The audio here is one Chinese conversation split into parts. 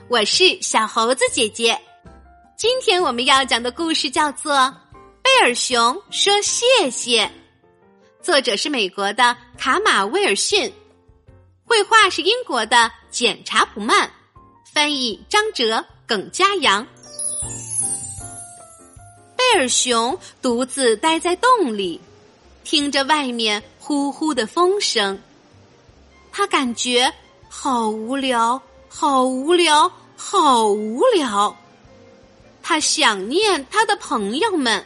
我是小猴子姐姐。今天我们要讲的故事叫做《贝尔熊说谢谢》，作者是美国的卡马威尔逊，绘画是英国的简查普曼，翻译张哲、耿家阳。贝尔熊独自待在洞里，听着外面呼呼的风声，他感觉好无聊，好无聊，好无聊。他想念他的朋友们。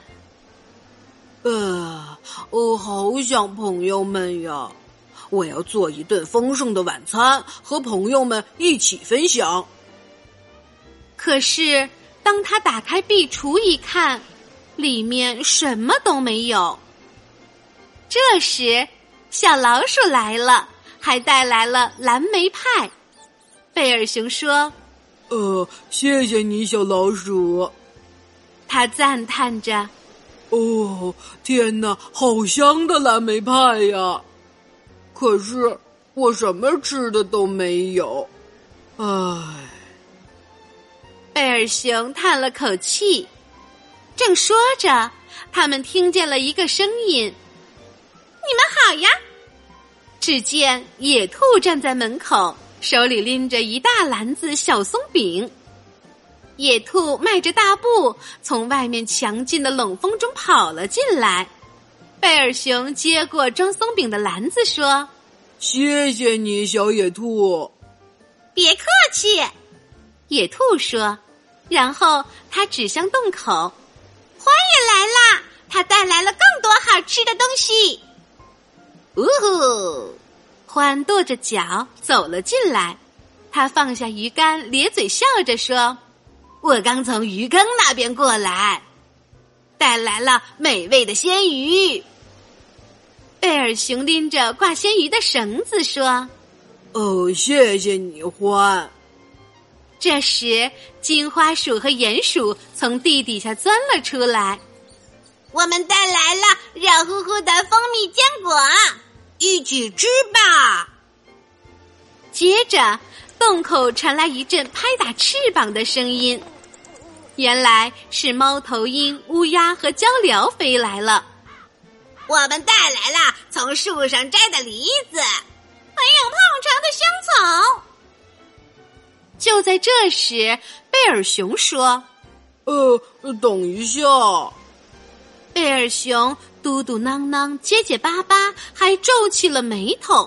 我好想朋友们呀！我要做一顿丰盛的晚餐，和朋友们一起分享。 可是，当他打开壁橱一看，里面什么都没有。这时，小老鼠来了，还带来了蓝莓派。贝尔熊说： 谢谢你，小老鼠。 他赞叹着： 哦，天哪，好香的蓝莓派呀！可是我什么吃的都没有。唉。 贝尔熊叹了口气。正说着，他们听见了一个声音：你们好呀！只见野兔站在门口，手里拎着一大篮子小松饼。野兔迈着大步从外面强劲的冷风中跑了进来。贝尔熊接过装松饼的篮子说： 谢谢你，小野兔。 别客气，野兔说，然后他指向洞口：獾也来啦，他带来了更多好吃的东西。呜呼！獾跺着脚走了进来，他放下鱼竿，咧嘴笑着说：我刚从鱼坑那边过来，带来了美味的鲜鱼。贝尔熊拎着挂鲜鱼的绳子说： 谢谢你，獾。 这时，金花鼠和鼹鼠从地底下钻了出来。我们带来了热乎乎的蜂蜜坚果，一起吃吧。接着，洞口传来一阵拍打翅膀的声音，原来是猫头鹰、乌鸦和鹪鹩飞来了。我们带来了从树上摘的梨子，还有胖长的香草。就在这时，贝尔熊说： 等一下。 贝尔熊嘟嘟囔囔、结结巴巴，还皱起了眉头。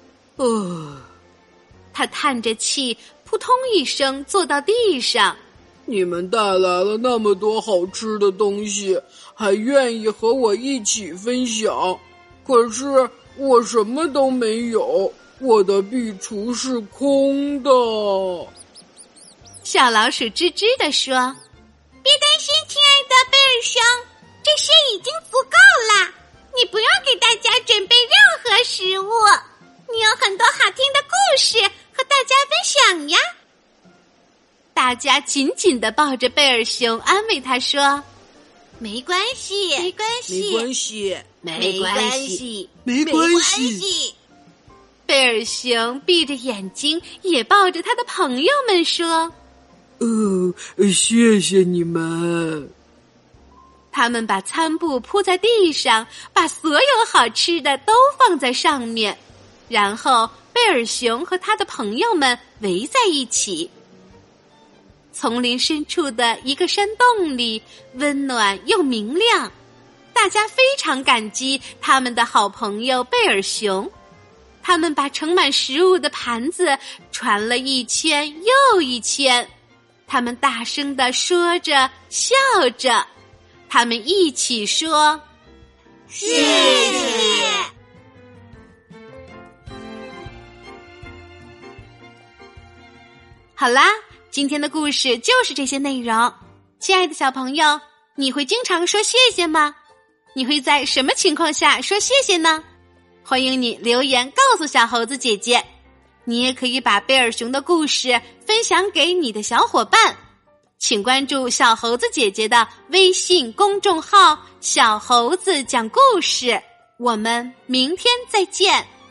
他叹着气，扑通一声坐到地上。 你们带来了那么多好吃的东西，还愿意和我一起分享，可是我什么都没有，我的壁橱是空的。 小老鼠吱吱地说：别担心，亲爱的贝尔熊，这些已经足够了，你不用给大家准备任何食物，你有很多好听的故事和大家分享呀。大家紧紧地抱着贝尔熊，安慰他说：没关系，没关系， 没关系， 没关系， 没关系。 贝尔熊闭着眼睛，也抱着他的朋友们说： 谢谢你们。 他们把餐布铺在地上，把所有好吃的都放在上面，然后贝尔熊和他的朋友们围在一起。丛林深处的一个山洞里，温暖又明亮，大家非常感激他们的好朋友贝尔熊。他们把盛满食物的盘子传了一圈又一圈，他们大声地说着笑着，他们一起说：谢谢。好啦，今天的故事就是这些内容。亲爱的小朋友，你会经常说谢谢吗？你会在什么情况下说谢谢呢？欢迎你留言告诉小猴子姐姐。你也可以把贝尔熊的故事分享给你的小伙伴。请关注小猴子姐姐的微信公众号“小猴子讲故事”。我们明天再见。